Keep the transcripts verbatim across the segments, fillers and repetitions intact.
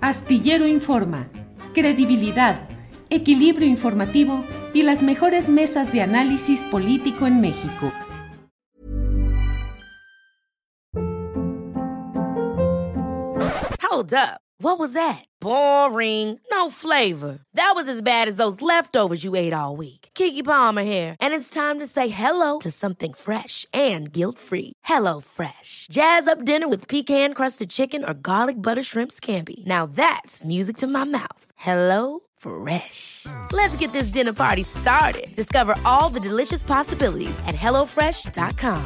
Astillero Informa, credibilidad, equilibrio informativo y las mejores mesas de análisis político en México. Hold up. What was that? Boring. No flavor. That was as bad as those leftovers you ate all week. Keke Palmer here, and it's time to say hello to something fresh and guilt-free. Hello Fresh. Jazz up dinner with pecan-crusted chicken or garlic butter shrimp scampi. Now that's music to my mouth. Hello Fresh. Let's get this dinner party started. Discover all the delicious possibilities at hello fresh dot com.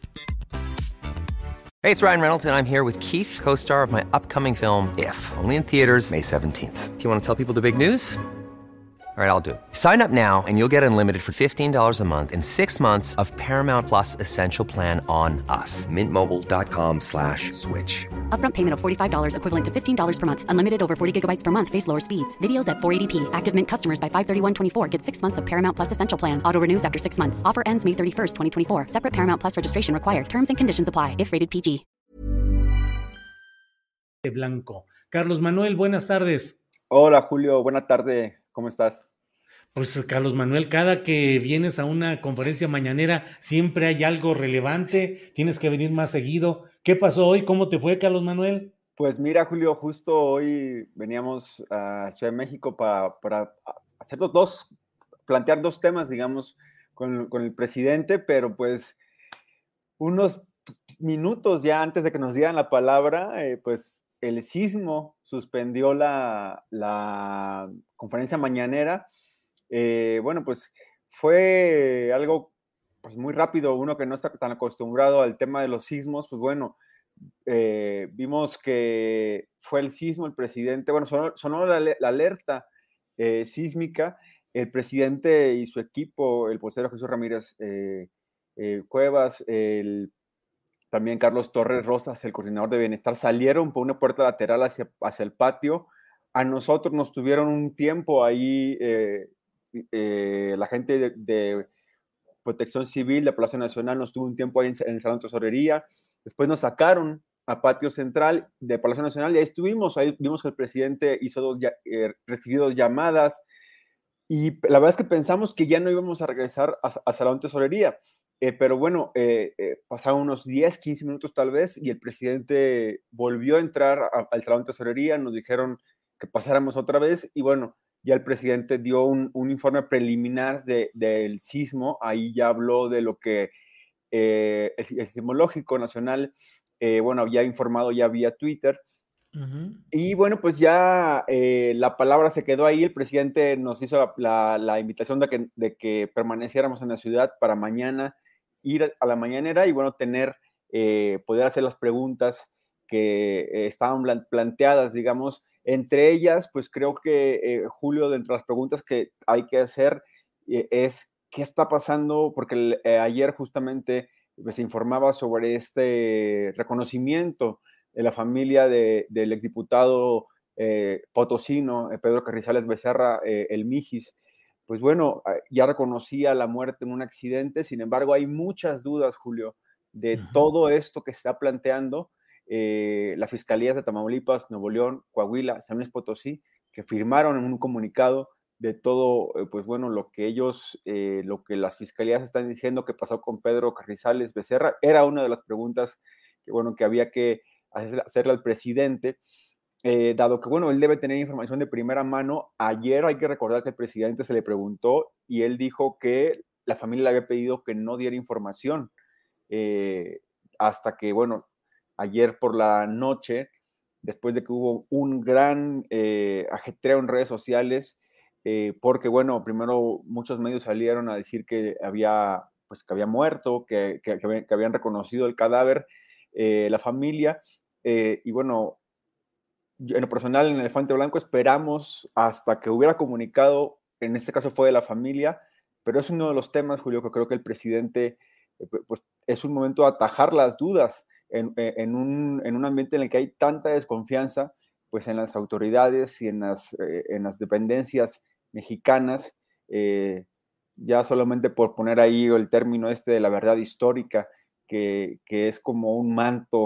Hey, it's Ryan Reynolds, and I'm here with Keith, co-star of my upcoming film, If, only in theaters May seventeenth. Do you want to tell people the big news? All right, I'll do it. Sign up now and you'll get unlimited for fifteen dollars a month and six months of Paramount Plus Essential Plan on us. Mint Mobile dot com slash switch. Upfront payment of forty-five dollars equivalent to fifteen dollars per month. Unlimited over forty gigabytes per month. Face lower speeds. Videos at four eighty p. Active Mint customers by five thirty-one twenty-four get six months of Paramount Plus Essential Plan. Auto renews after six months. Offer ends May thirty-first, twenty twenty-four. Separate Paramount Plus registration required. Terms and conditions apply if rated P G. Blanco. Carlos Manuel, buenas tardes. Hola Julio, buena tarde, ¿cómo estás? Pues Carlos Manuel, cada que vienes a una conferencia mañanera siempre hay algo relevante, tienes que venir más seguido. ¿Qué pasó hoy? ¿Cómo te fue, Carlos Manuel? Pues mira Julio, justo hoy veníamos a Ciudad de México para, para hacer dos, plantear dos temas, digamos, con, con el presidente, pero pues unos minutos ya antes de que nos dieran la palabra, eh, pues el sismo suspendió la, la conferencia mañanera. Eh, bueno, pues fue algo pues, muy rápido. Uno que no está tan acostumbrado al tema de los sismos, pues bueno, eh, vimos que fue el sismo, el presidente, bueno, sonó, sonó la, la alerta eh, sísmica, el presidente y su equipo, el vocero Jesús Ramírez eh, eh, Cuevas, el también Carlos Torres Rosas, el coordinador de bienestar, salieron por una puerta lateral hacia, hacia el patio. A nosotros nos tuvieron un tiempo ahí, eh, eh, la gente de, de Protección Civil de Palacio Nacional nos tuvo un tiempo ahí en, en el Salón de Tesorería. Después nos sacaron a patio central de Palacio Nacional y ahí estuvimos. Ahí vimos que el presidente hizo dos, eh, recibió dos llamadas y la verdad es que pensamos que ya no íbamos a regresar a, a Salón de Tesorería. Eh, pero bueno, eh, eh, pasaron unos diez, quince minutos tal vez y el presidente volvió a entrar a, al Salón de Tesorería, nos dijeron que pasáramos otra vez y bueno, ya el presidente dio un, un informe preliminar de, del sismo, ahí ya habló de lo que eh, el, el Sismológico Nacional, eh, bueno, había informado ya vía Twitter. Uh-huh. Y bueno, pues ya eh, la palabra se quedó ahí, el presidente nos hizo la, la, la invitación de que, de que permaneciéramos en la ciudad para mañana, ir a la mañanera y bueno, tener, eh, poder hacer las preguntas que eh, estaban planteadas, digamos, entre ellas, pues creo que eh, Julio, de entre las preguntas que hay que hacer eh, es qué está pasando, porque eh, ayer justamente pues, se informaba sobre este reconocimiento de la familia de, del exdiputado eh, potosino, eh, Pedro Carrizales Becerra, eh, el Mijis. Pues bueno, ya reconocía la muerte en un accidente, sin embargo hay muchas dudas, Julio, de uh-huh. todo esto que se está planteando eh, las fiscalías de Tamaulipas, Nuevo León, Coahuila, San Luis Potosí, que firmaron en un comunicado de todo, eh, pues bueno, lo que ellos, eh, lo que las fiscalías están diciendo que pasó con Pedro Carrizales Becerra, era una de las preguntas que, bueno, que había que hacerle al presidente. Eh, dado que, bueno, él debe tener información de primera mano. Ayer hay que recordar que el presidente se le preguntó y él dijo que la familia le había pedido que no diera información eh, hasta que, bueno, ayer por la noche, después de que hubo un gran eh, ajetreo en redes sociales, eh, porque, bueno, primero muchos medios salieron a decir que había, pues, que había muerto, que, que, que habían reconocido el cadáver, eh, la familia, eh, y bueno, en lo personal, en Elefante Blanco esperamos hasta que hubiera comunicado, en este caso fue de la familia, pero es uno de los temas, Julio, que creo que el presidente, pues es un momento de atajar las dudas en, en, un, en un ambiente en el que hay tanta desconfianza, pues en las autoridades y en las, eh, en las dependencias mexicanas, eh, ya solamente por poner ahí el término este de la verdad histórica, que, que es como un manto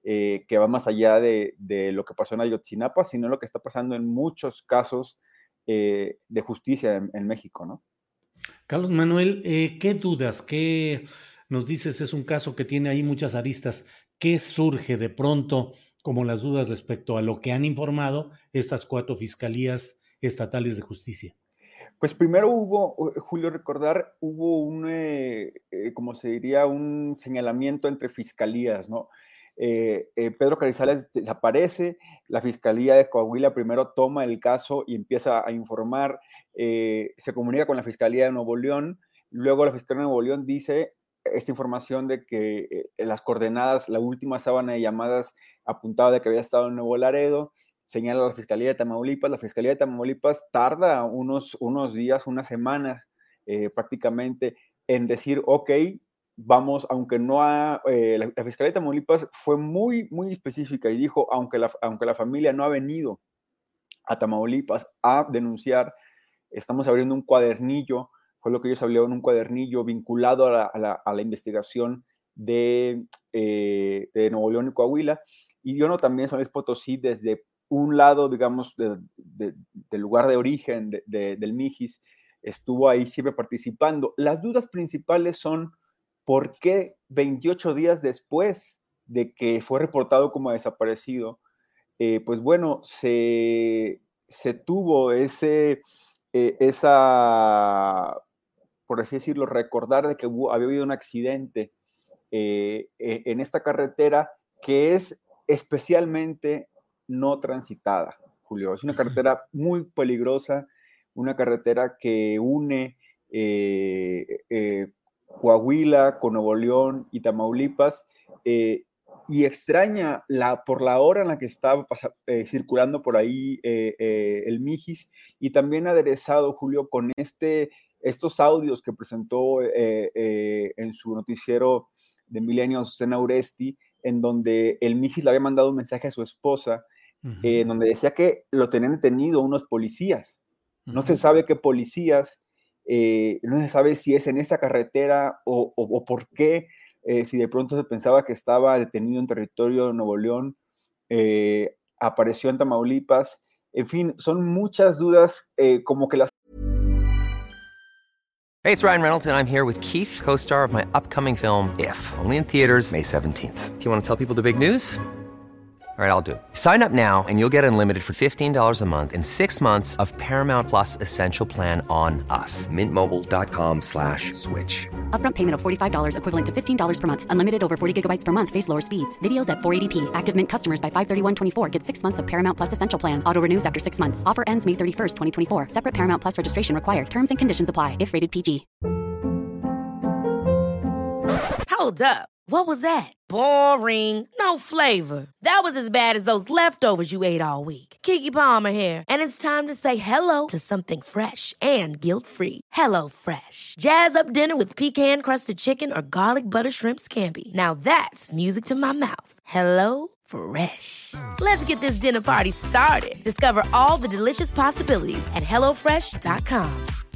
eh, que va más allá de, de lo que pasó en Ayotzinapa, sino lo que está pasando en muchos casos eh, de justicia en, en México, ¿no? Carlos Manuel, eh, ¿qué dudas? ¿Qué nos dices? Es un caso que tiene ahí muchas aristas. ¿Qué surge de pronto como las dudas respecto a lo que han informado estas cuatro fiscalías estatales de justicia? Pues primero hubo, Julio, recordar, hubo un, eh, eh, como se diría, un señalamiento entre fiscalías, ¿no? Eh, eh, Pedro Carrizales desaparece, la Fiscalía de Coahuila primero toma el caso y empieza a informar, eh, se comunica con la Fiscalía de Nuevo León, luego la Fiscalía de Nuevo León dice esta información de que eh, las coordenadas, la última sábana de llamadas apuntaba de que había estado en Nuevo Laredo, señala la Fiscalía de Tamaulipas, la Fiscalía de Tamaulipas tarda unos, unos días, unas semanas eh, prácticamente en decir, ok, vamos, aunque no ha, eh, la, la Fiscalía de Tamaulipas fue muy, muy específica y dijo, aunque la, aunque la familia no ha venido a Tamaulipas a denunciar, estamos abriendo un cuadernillo, fue lo que ellos hablaron, un cuadernillo vinculado a la, a la, a la investigación de, eh, de Nuevo León y Coahuila, y yo no también San Luis Potosí desde un lado, digamos, de, de, del lugar de origen de, de, del Mijis, estuvo ahí siempre participando. Las dudas principales son por qué veintiocho días después de que fue reportado como desaparecido, eh, pues bueno, se, se tuvo ese, eh, esa, por así decirlo, recordar de que hubo, había habido un accidente eh, en esta carretera que es especialmente no transitada, Julio. Es una carretera muy peligrosa, una carretera que une eh, eh, Coahuila con Nuevo León y Tamaulipas, eh, y extraña la, por la hora en la que estaba eh, circulando por ahí eh, eh, el Mijis, y también aderezado, Julio, con este, estos audios que presentó eh, eh, en su noticiero de Milenio Susana Uresti, en donde el Mijis le había mandado un mensaje a su esposa, uh-huh. eh, en donde decía que lo tenían detenido unos policías. Uh-huh. No se sabe qué policías, eh, no se sabe si es en esa carretera o, o, o por qué, eh, si de pronto se pensaba que estaba detenido en territorio de Nuevo León, eh, apareció en Tamaulipas. En fin, son muchas dudas, eh, como que las... Hey, it's Ryan Reynolds, and I'm here with Keith, co-star of my upcoming film, If, only in theaters May seventeenth. Do you want to tell people the big news? All right, I'll do it. Sign up now and you'll get unlimited for fifteen dollars a month and six months of Paramount Plus Essential Plan on us. Mint Mobile dot com slash switch. Upfront payment of forty-five dollars equivalent to fifteen dollars per month. Unlimited over forty gigabytes per month. Face lower speeds. Videos at four eighty p. Active Mint customers by five thirty-one twenty-four get six months of Paramount Plus Essential Plan. Auto renews after six months. Offer ends May thirty-first, twenty twenty-four. Separate Paramount Plus registration required. Terms and conditions apply if rated P G. Hold up. What was that? Boring. No flavor. That was as bad as those leftovers you ate all week. Keke Palmer here, and it's time to say hello to something fresh and guilt-free. Hello Fresh. Jazz up dinner with pecan-crusted chicken or garlic butter shrimp scampi. Now that's music to my mouth. Hello Fresh. Let's get this dinner party started. Discover all the delicious possibilities at hello fresh dot com.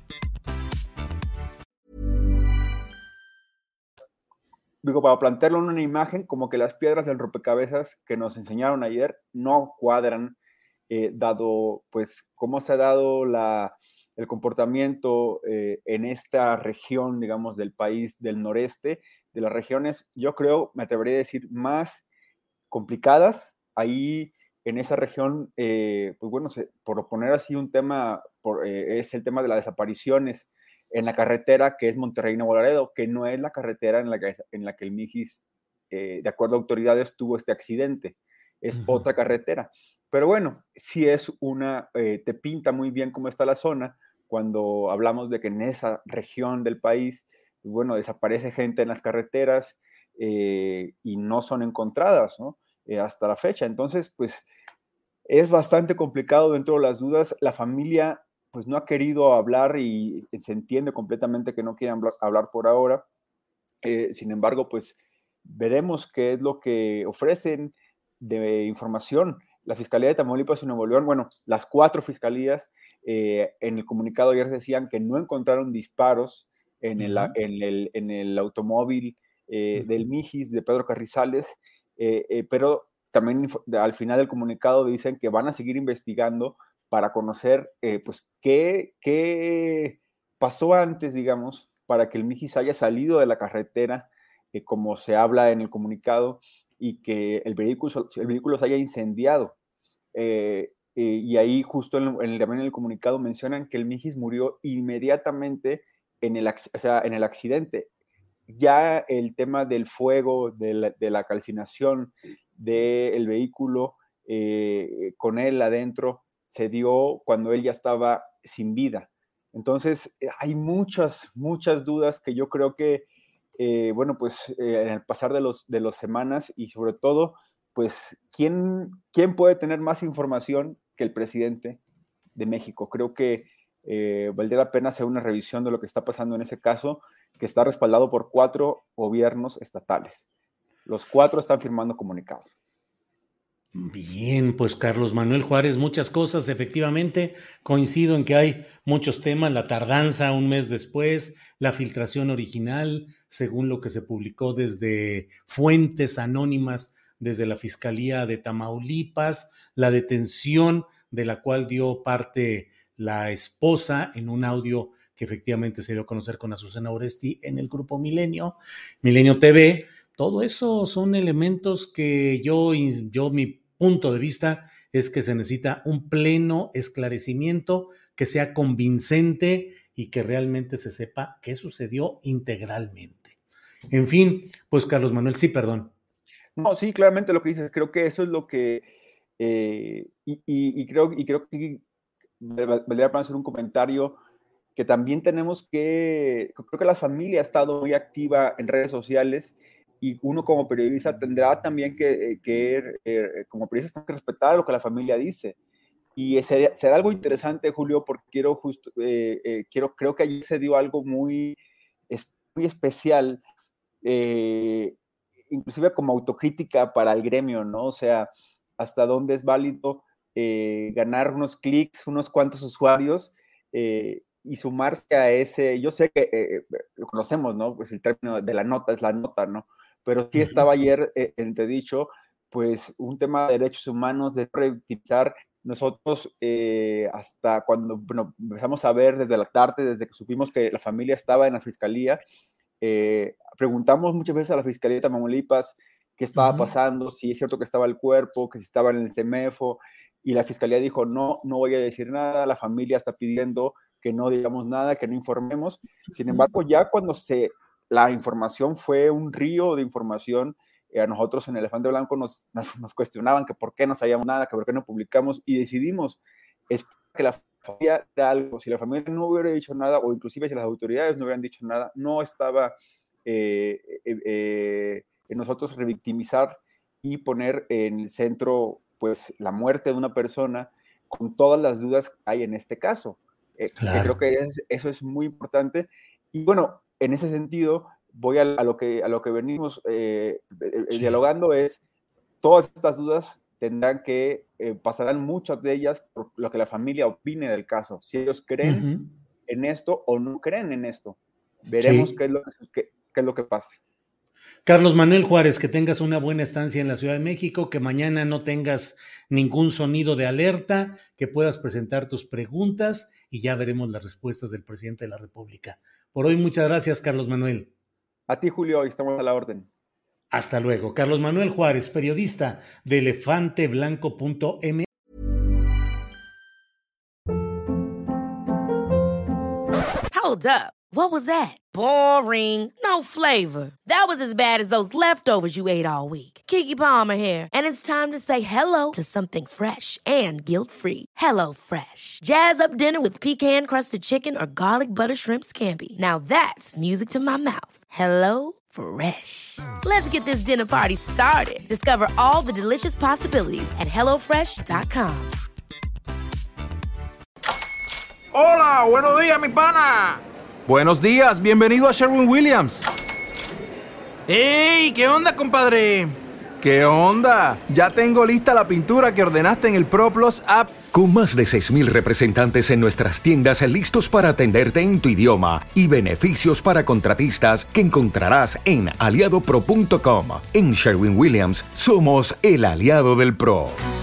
Digo, para plantearlo en una imagen, como que las piedras del rompecabezas que nos enseñaron ayer no cuadran, eh, dado, pues, cómo se ha dado la, el comportamiento eh, en esta región, digamos, del país del noreste, de las regiones, yo creo, me atrevería a decir, más complicadas. Ahí, en esa región, eh, pues bueno, se, por poner así un tema, por, eh, es el tema de las desapariciones en la carretera que es Monterrey-Nuevo Laredo, que no es la carretera en la que, en la que el Mijis, eh, de acuerdo a autoridades, tuvo este accidente. Es uh-huh. otra carretera. Pero bueno, sí es una, eh, te pinta muy bien cómo está la zona cuando hablamos de que en esa región del país, pues bueno, desaparece gente en las carreteras eh, y no son encontradas, ¿no? Eh, hasta la fecha. Entonces, pues, es bastante complicado dentro de las dudas. La familia pues no ha querido hablar y se entiende completamente que no quieren hablar por ahora. Eh, sin embargo, pues veremos qué es lo que ofrecen de información. La Fiscalía de Tamaulipas y Nuevo León, bueno, las cuatro fiscalías eh, en el comunicado ayer decían que no encontraron disparos en el, uh-huh. en el, en el automóvil eh, uh-huh. del Mijis de Pedro Carrizales. eh, eh, pero también al final del comunicado dicen que van a seguir investigando para conocer eh, pues qué, qué pasó antes, digamos, para que el Mijis haya salido de la carretera, eh, como se habla en el comunicado, y que el vehículo, el vehículo se haya incendiado. Eh, eh, y ahí justo en el, también en el comunicado mencionan que el Mijis murió inmediatamente en el, o sea, en el accidente. Ya el tema del fuego, de la, de la calcinación del vehículo eh, con él adentro, se dio cuando él ya estaba sin vida. Entonces, hay muchas, muchas dudas que yo creo que, eh, bueno, pues eh, en el pasar de los, de las semanas y sobre todo, pues, ¿quién, ¿quién puede tener más información que el presidente de México? Creo que eh, valdría la pena hacer una revisión de lo que está pasando en ese caso, que está respaldado por cuatro gobiernos estatales. Los cuatro están firmando comunicados. Bien, pues Carlos Manuel Juárez, muchas cosas, efectivamente, coincido en que hay muchos temas, la tardanza un mes después, la filtración original, según lo que se publicó desde fuentes anónimas, desde la Fiscalía de Tamaulipas, la detención de la cual dio parte la esposa en un audio que efectivamente se dio a conocer con Azucena Oresti en el Grupo Milenio, Milenio T V. Todo eso son elementos que yo, yo, mi punto de vista es que se necesita un pleno esclarecimiento que sea convincente y que realmente se sepa qué sucedió integralmente. En fin, pues Carlos Manuel, sí, perdón. No, sí, claramente lo que dices, creo que eso es lo que, eh, y, y, y, creo, y creo que valdría la pena hacer un comentario que también tenemos que, creo que la familia ha estado muy activa en redes sociales y uno como periodista tendrá también que, que eh, como periodista, que respetar lo que la familia dice. Y será, será algo interesante, Julio, porque quiero justo, eh, eh, quiero, creo que allí se dio algo muy, es, muy especial, eh, inclusive como autocrítica para el gremio, ¿no? O sea, hasta dónde es válido eh, ganar unos clics, unos cuantos usuarios, eh, y sumarse a ese, yo sé que eh, lo conocemos, ¿no? Pues el término de la nota es la nota, ¿no? Pero sí estaba ayer eh, entredicho, pues un tema de derechos humanos, de revictimizar. Nosotros eh, hasta cuando bueno, empezamos a ver desde la tarde, desde que supimos que la familia estaba en la fiscalía, eh, preguntamos muchas veces a la Fiscalía de Tamaulipas qué estaba uh-huh. pasando, si es cierto que estaba el cuerpo, que si estaba en el CEMEFO, y la Fiscalía dijo, no, no voy a decir nada, la familia está pidiendo que no digamos nada, que no informemos. Sin embargo, ya cuando se, la información fue un río de información, eh, a nosotros en Elefante Blanco nos, nos, nos cuestionaban que por qué no sabíamos nada, que por qué no publicamos, y decidimos que la familia era algo. Si la familia no hubiera dicho nada, o inclusive si las autoridades no hubieran dicho nada, no estaba eh, eh, eh, en nosotros revictimizar y poner en el centro pues la muerte de una persona con todas las dudas que hay en este caso. Eh, claro. Creo que es, eso es muy importante. Y bueno, en ese sentido, voy a, a, lo, que, a lo que venimos eh, sí. dialogando es, todas estas dudas tendrán que, eh, pasarán muchas de ellas por lo que la familia opine del caso. Si ellos creen uh-huh. en esto o no creen en esto. Veremos sí. qué, es lo que, qué, qué es lo que pasa. Carlos Manuel Juárez, que tengas una buena estancia en la Ciudad de México, que mañana no tengas ningún sonido de alerta, que puedas presentar tus preguntas y ya veremos las respuestas del presidente de la República. Por hoy, muchas gracias, Carlos Manuel. A ti, Julio, estamos a la orden. Hasta luego. Carlos Manuel Juárez, periodista de elefante blanco punto m. Hold up. What was that? Boring. No flavor. That was as bad as those leftovers you ate all week. Keke Palmer here, and it's time to say hello to something fresh and guilt-free. Hello Fresh. Jazz up dinner with pecan-crusted chicken or garlic butter shrimp scampi. Now that's music to my mouth. Hello Fresh. Let's get this dinner party started. Discover all the delicious possibilities at hello fresh dot com. Hola, buenos días, mi pana. Buenos días, bienvenido a Sherwin-Williams. ¡Ey! ¿Qué onda, compadre? ¿Qué onda? Ya tengo lista la pintura que ordenaste en el ProPlus app. Con más de seis mil representantes en nuestras tiendas listos para atenderte en tu idioma y beneficios para contratistas que encontrarás en aliado pro punto com. En Sherwin-Williams somos el aliado del pro.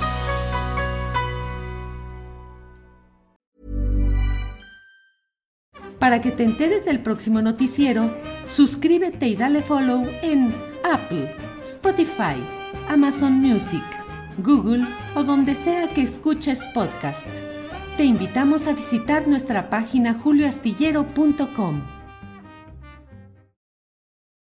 Para que te enteres del próximo noticiero, suscríbete y dale follow en Apple, Spotify, Amazon Music, Google o donde sea que escuches podcast. Te invitamos a visitar nuestra página julio astillero punto com.